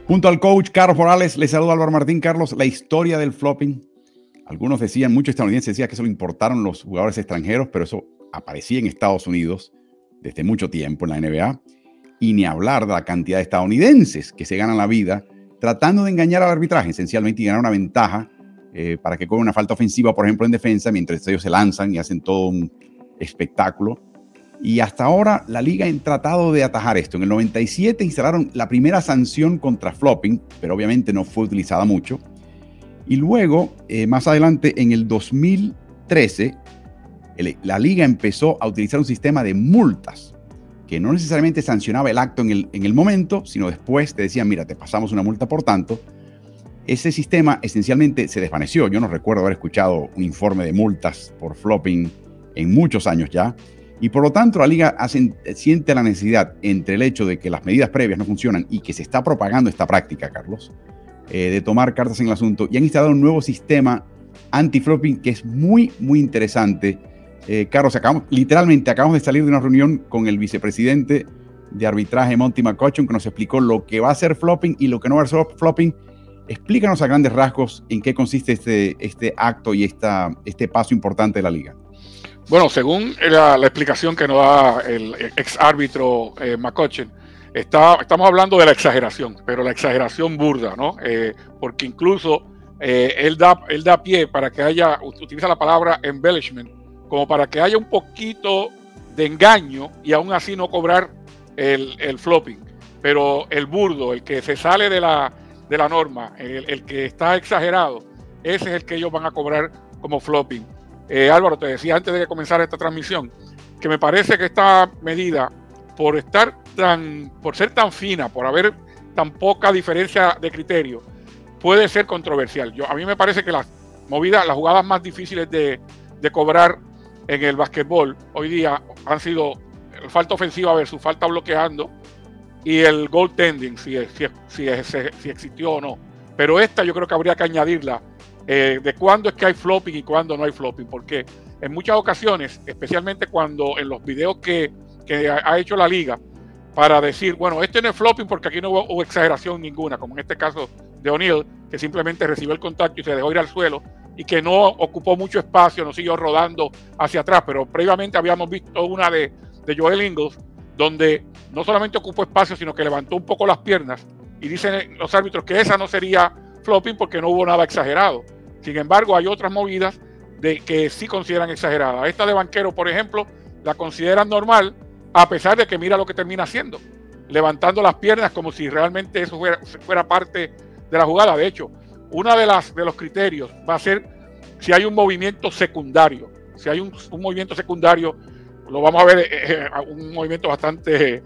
Junto al coach Carlos Morales, les saluda Álvaro Martín. Carlos, la historia del flopping. Algunos decían, muchos estadounidenses decían que eso lo importaron los jugadores extranjeros, pero eso aparecía en Estados Unidos desde mucho tiempo en la NBA. Y ni hablar de la cantidad de estadounidenses que se ganan la vida tratando de engañar al arbitraje, esencialmente, y ganar una ventaja para que cobre una falta ofensiva, por ejemplo, en defensa, mientras ellos se lanzan y hacen todo un espectáculo. Y hasta ahora la liga ha tratado de atajar esto. En el 97 instalaron la primera sanción contra flopping, pero obviamente no fue utilizada mucho. Y luego, más adelante, en el 2013, la liga empezó a utilizar un sistema de multas que no necesariamente sancionaba el acto en el momento, sino después te decían, mira, te pasamos una multa por tanto. Ese sistema esencialmente se desvaneció. Yo no recuerdo haber escuchado un informe de multas por flopping en muchos años ya. Y por lo tanto, la liga siente la necesidad, entre el hecho de que las medidas previas no funcionan y que se está propagando esta práctica, Carlos, de tomar cartas en el asunto, y han instalado un nuevo sistema anti-flopping que es muy, muy interesante. Carlos, literalmente acabamos de salir de una reunión con el vicepresidente de arbitraje, Monty McCutcheon, que nos explicó lo que va a ser flopping y lo que no va a ser flopping. Explícanos a grandes rasgos en qué consiste este acto y este paso importante de la liga. Bueno, según la explicación que nos da el ex árbitro McCutcheon, estamos hablando de la exageración, pero la exageración burda, ¿no? Porque incluso él da pie para que utiliza la palabra embellishment, como para que haya un poquito de engaño y aún así no cobrar el flopping. Pero el burdo, el que se sale de la norma, el que está exagerado, ese es el que ellos van a cobrar como flopping. Álvaro, te decía antes de comenzar esta transmisión que me parece que esta medida, por ser tan fina, por haber tan poca diferencia de criterio, puede ser controversial. A mí me parece que las jugadas más difíciles de cobrar en el básquetbol hoy día han sido falta ofensiva versus falta bloqueando y el goaltending, si existió o no. Pero esta yo creo que habría que añadirla, de cuándo es que hay flopping y cuándo no hay flopping, porque en muchas ocasiones, especialmente cuando en los videos que ha hecho la liga para decir, bueno, este no es flopping porque aquí no hubo exageración ninguna, como en este caso de O'Neal, que simplemente recibió el contacto y se dejó ir al suelo y que no ocupó mucho espacio, no siguió rodando hacia atrás, pero previamente habíamos visto una de Joel Ingles, donde no solamente ocupó espacio, sino que levantó un poco las piernas, y dicen los árbitros que esa no sería flopping porque no hubo nada exagerado. Sin embargo, hay otras movidas que sí consideran exageradas. Esta de banquero, por ejemplo, la consideran normal, a pesar de que mira lo que termina haciendo, levantando las piernas como si realmente eso fuera parte de la jugada. De hecho, uno de los criterios va a ser si hay un movimiento secundario. Si hay un movimiento secundario, lo vamos a ver, un movimiento bastante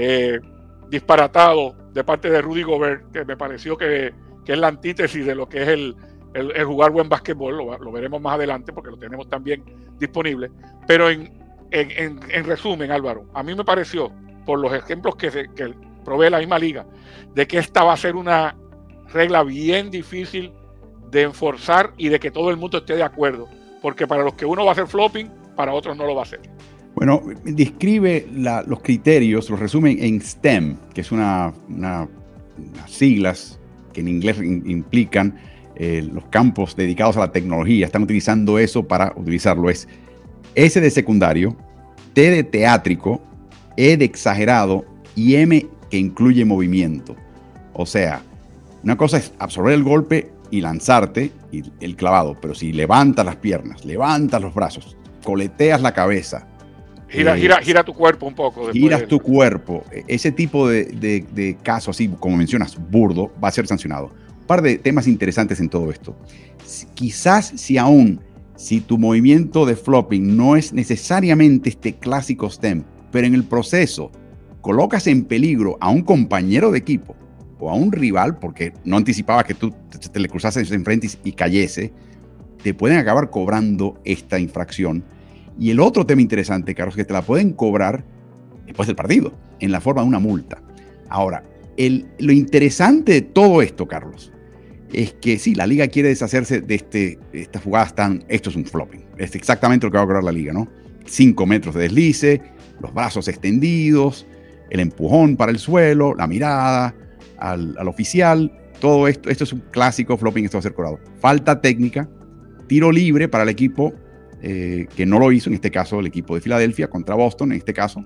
disparatado de parte de Rudy Gobert, que me pareció que es la antítesis de lo que es el jugar buen básquetbol. Lo veremos más adelante porque lo tenemos también disponible. Pero en resumen, Álvaro, a mí me pareció, por los ejemplos que provee la misma liga, de que esta va a ser una regla bien difícil de enforzar y de que todo el mundo esté de acuerdo, porque para los que uno va a hacer flopping, para otros no lo va a hacer. Bueno, describe los criterios, los resumen en STEM, que es unas siglas que en inglés implican los campos dedicados a la tecnología. Están utilizando eso para utilizarlo. Es S de secundario, T de teátrico, E de exagerado y M que incluye movimiento. O sea, una cosa es absorber el golpe y lanzarte y el clavado, pero si levantas las piernas, levantas los brazos, coleteas la cabeza, gira tu cuerpo un poco. Giras tu cuerpo. Ese tipo de caso, así como mencionas, burdo, va a ser sancionado. Un par de temas interesantes en todo esto. Quizás si tu movimiento de flopping no es necesariamente este clásico STEM, pero en el proceso colocas en peligro a un compañero de equipo o a un rival, porque no anticipaba que tú te le cruzases enfrente y cayese, te pueden acabar cobrando esta infracción. Y el otro tema interesante, Carlos, que te la pueden cobrar después del partido, en la forma de una multa. Ahora, lo interesante de todo esto, Carlos, es que sí, la liga quiere deshacerse de estas jugadas esto es un flopping. Es exactamente lo que va a cobrar la liga, ¿no? 5 metros de deslice, los brazos extendidos, el empujón para el suelo, la mirada, al oficial. Todo esto es un clásico flopping, esto va a ser cobrado. Falta técnica, tiro libre para el equipo que no lo hizo, en este caso el equipo de Filadelfia contra Boston, en este caso,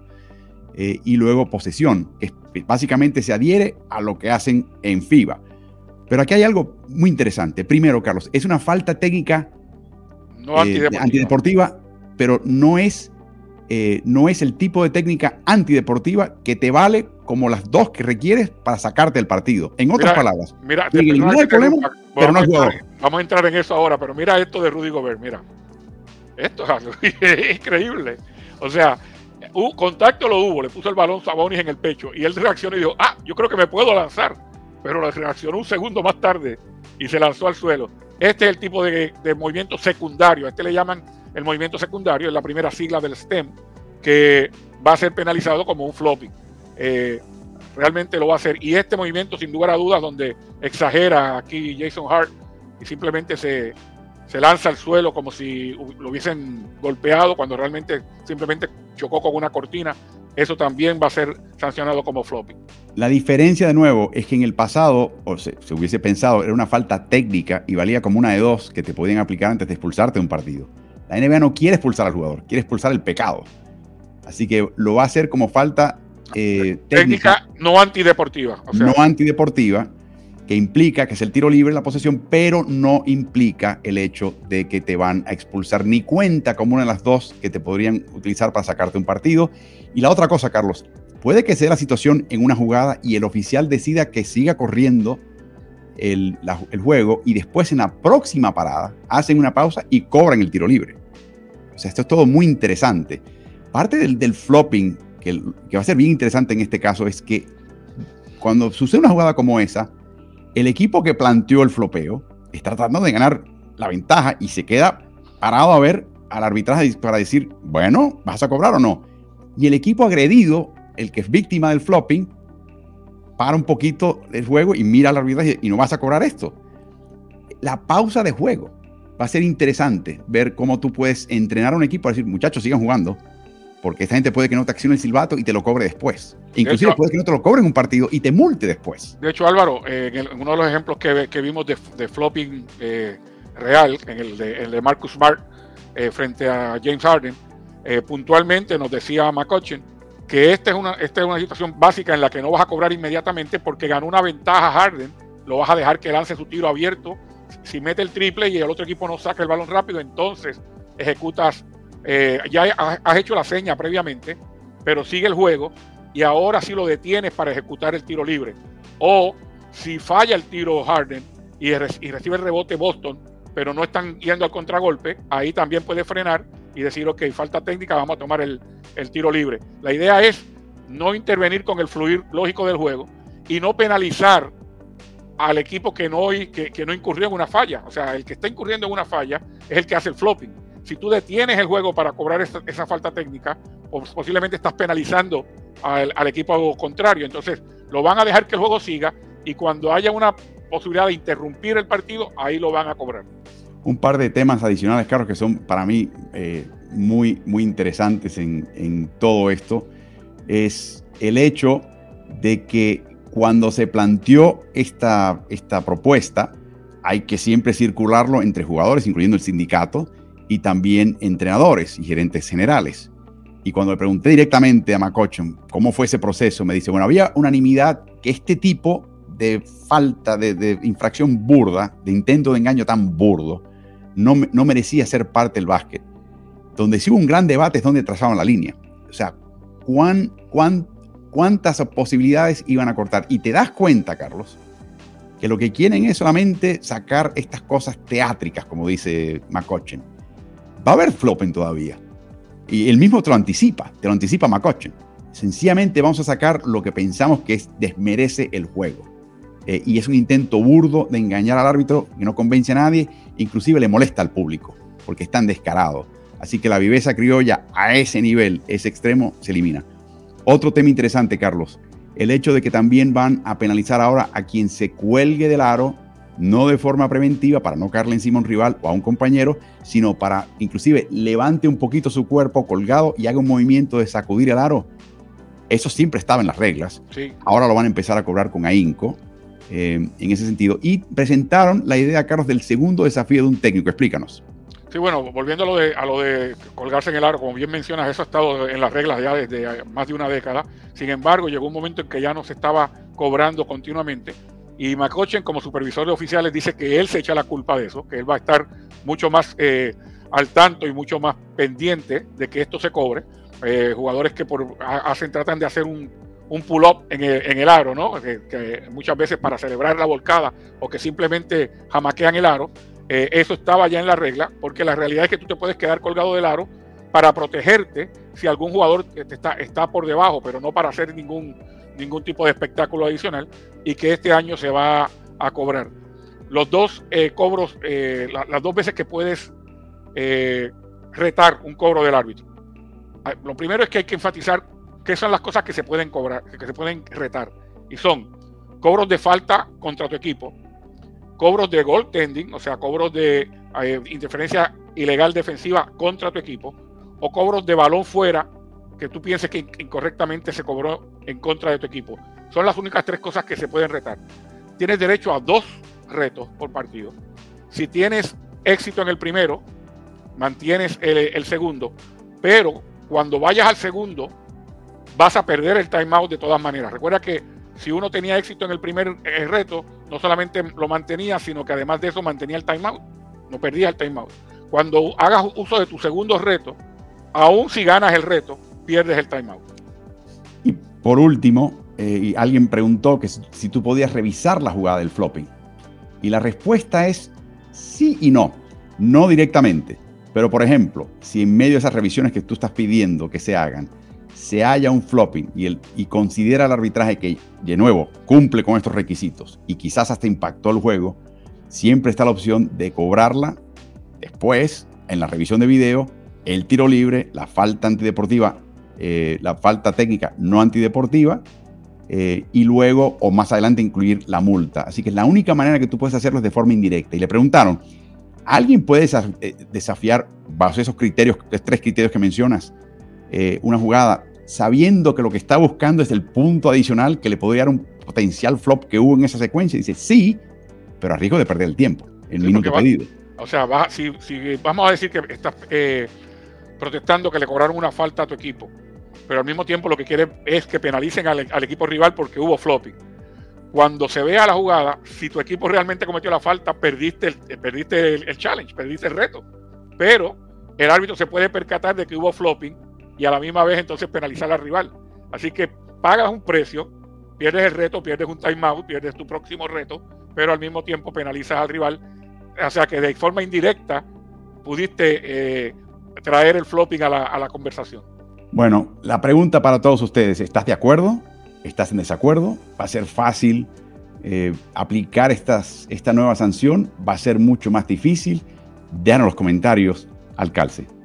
y luego posesión, que básicamente se adhiere a lo que hacen en FIBA. Pero aquí hay algo muy interesante. Primero, Carlos, es una falta técnica no antideportiva, pero no es el tipo de técnica antideportiva que te vale como las dos que requieres para sacarte del partido. En otras palabras, no hay problema, pero no hay jugador. Vamos a entrar en eso ahora, pero mira esto de Rudy Gobert, mira. Esto es increíble. O sea, contacto lo hubo, le puso el balón Sabonis en el pecho y él reaccionó y dijo, yo creo que me puedo lanzar. Pero reaccionó un segundo más tarde y se lanzó al suelo. Este es el tipo de movimiento secundario. Le llaman el movimiento secundario, es la primera sigla del STEM, que va a ser penalizado como un flopping. Realmente lo va a hacer. Y este movimiento, sin lugar a dudas, donde exagera aquí Jason Hart y simplemente se lanza al suelo como si lo hubiesen golpeado cuando realmente simplemente chocó con una cortina, eso también va a ser sancionado como flopping. La diferencia, de nuevo, es que en el pasado, o se hubiese pensado, era una falta técnica y valía como una de dos que te podían aplicar antes de expulsarte de un partido. La NBA no quiere expulsar al jugador, quiere expulsar el pecado. Así que lo va a hacer como falta técnica no antideportiva. O sea, no antideportiva, que implica que es el tiro libre la posesión, pero no implica el hecho de que te van a expulsar, ni cuenta como una de las dos que te podrían utilizar para sacarte un partido. Y la otra cosa, Carlos, puede que sea la situación en una jugada y el oficial decida que siga corriendo el juego y después en la próxima parada hacen una pausa y cobran el tiro libre. O sea, esto es todo muy interesante. Parte del flopping, que va a ser bien interesante en este caso, es que cuando sucede una jugada como esa, el equipo que planteó el flopeo está tratando de ganar la ventaja y se queda parado a ver al arbitraje para decir, bueno, ¿vas a cobrar o no? Y el equipo agredido, el que es víctima del flopping, para un poquito el juego y mira al arbitraje y no vas a cobrar esto. La pausa de juego va a ser interesante ver cómo tú puedes entrenar a un equipo a decir, muchachos, sigan jugando, porque esta gente puede que no te accione el silbato y te lo cobre después. Inclusive puede que no te lo cobre en un partido y te multe después. De hecho, Álvaro, en uno de los ejemplos que vimos de flopping real, en el de Marcus Smart frente a James Harden, puntualmente nos decía McCutchen que esta es una situación básica en la que no vas a cobrar inmediatamente porque ganó una ventaja Harden, lo vas a dejar que lance su tiro abierto. Si mete el triple y el otro equipo no saca el balón rápido, entonces ejecutas, ya has hecho la seña previamente, pero sigue el juego y ahora sí lo detienes para ejecutar el tiro libre. O si falla el tiro Harden y recibe el rebote Boston, pero no están yendo al contragolpe, ahí también puede frenar y decir, ok, falta técnica, vamos a tomar el tiro libre. La idea es no intervenir con el fluir lógico del juego y no penalizar al equipo que no incurrió en una falla. O sea, el que está incurriendo en una falla es el que hace el flopping. Si tú detienes el juego para cobrar esa falta técnica, posiblemente estás penalizando al equipo contrario. Entonces, lo van a dejar que el juego siga y cuando haya una posibilidad de interrumpir el partido, ahí lo van a cobrar. Un par de temas adicionales, Carlos, que son para mí muy, muy interesantes en todo esto, es el hecho de que cuando se planteó esta propuesta, hay que siempre circularlo entre jugadores, incluyendo el sindicato, y también entrenadores y gerentes generales. Y cuando le pregunté directamente a McCutchen cómo fue ese proceso, me dice, bueno, había unanimidad que este tipo de falta, de infracción burda, de intento de engaño tan burdo, no merecía ser parte del básquet. Donde sí hubo un gran debate es donde trazaban la línea. O sea, ¿cuántas posibilidades iban a cortar? Y te das cuenta, Carlos, que lo que quieren es solamente sacar estas cosas teátricas, como dice McCutchen. Va a haber flopping todavía. Y él mismo te lo anticipa McCutchen. Sencillamente vamos a sacar lo que pensamos que desmerece el juego. Y es un intento burdo de engañar al árbitro que no convence a nadie, inclusive le molesta al público, porque es tan descarado. Así que la viveza criolla a ese nivel, ese extremo, se elimina. Otro tema interesante, Carlos, el hecho de que también van a penalizar ahora a quien se cuelgue del aro, no de forma preventiva para no caerle encima a un rival o a un compañero, sino para inclusive levante un poquito su cuerpo colgado y haga un movimiento de sacudir el aro. Eso siempre estaba en las reglas. Sí. Ahora lo van a empezar a cobrar con ahínco en ese sentido. Y presentaron la idea, Carlos, del segundo desafío de un técnico. Explícanos. Sí, bueno, volviendo a lo de colgarse en el aro, como bien mencionas, eso ha estado en las reglas ya desde más de una década. Sin embargo, llegó un momento en que ya no se estaba cobrando continuamente. Y McCutchen, como supervisor de oficiales, dice que él se echa la culpa de eso, que él va a estar mucho más al tanto y mucho más pendiente de que esto se cobre. Jugadores que tratan de hacer un pull-up en el aro, ¿no? Que muchas veces para celebrar la volcada o que simplemente jamaquean el aro. Eso estaba ya en la regla, porque la realidad es que tú te puedes quedar colgado del aro para protegerte si algún jugador está por debajo, pero no para hacer ningún tipo de espectáculo adicional, y que este año se va a cobrar. Los dos cobros, las dos veces que puedes retar un cobro del árbitro. Lo primero es que hay que enfatizar qué son las cosas que se pueden cobrar, que se pueden retar, y son cobros de falta contra tu equipo, cobros de goaltending, o sea, cobros de interferencia ilegal defensiva contra tu equipo, o cobros de balón fuera que tú pienses que incorrectamente se cobró en contra de tu equipo. Son las únicas 3 cosas que se pueden retar. Tienes derecho a 2 retos por partido. Si tienes éxito en el primero, mantienes el segundo, pero cuando vayas al segundo vas a perder el timeout de todas maneras. Recuerda que si uno tenía éxito en el primer reto, no solamente lo mantenía, sino que además de eso mantenía el timeout. No perdías el timeout. Cuando hagas uso de tu segundo reto, aún si ganas el reto, pierdes el timeout. Y por último, alguien preguntó que si tú podías revisar la jugada del flopping. Y la respuesta es sí y no. No directamente. Pero, por ejemplo, si en medio de esas revisiones que tú estás pidiendo que se hagan, se haya un flopping y considera el arbitraje que, de nuevo, cumple con estos requisitos y quizás hasta impactó el juego, siempre está la opción de cobrarla después, en la revisión de video, el tiro libre, la falta antideportiva, la falta técnica no antideportiva, y luego o más adelante incluir la multa. Así que la única manera que tú puedes hacerlo es de forma indirecta. Y le preguntaron, ¿alguien puede desafiar bajo esos criterios, 3 criterios que mencionas, una jugada sabiendo que lo que está buscando es el punto adicional que le podría dar un potencial flop que hubo en esa secuencia? Y dice, sí, pero a riesgo de perder el tiempo, el minuto pedido. O sea, si vamos a decir que estás protestando que le cobraron una falta a tu equipo, pero al mismo tiempo lo que quiere es que penalicen al equipo rival porque hubo flopping. Cuando se vea la jugada, si tu equipo realmente cometió la falta, perdiste el challenge, perdiste el reto. Pero el árbitro se puede percatar de que hubo flopping y a la misma vez entonces penalizar al rival. Así que pagas un precio, pierdes el reto, pierdes un timeout, pierdes tu próximo reto, pero al mismo tiempo penalizas al rival. O sea que de forma indirecta pudiste traer el flopping a la conversación. Bueno, la pregunta para todos ustedes, ¿estás de acuerdo? ¿Estás en desacuerdo? ¿Va a ser fácil aplicar esta nueva sanción? ¿Va a ser mucho más difícil? Déjanos los comentarios al calce.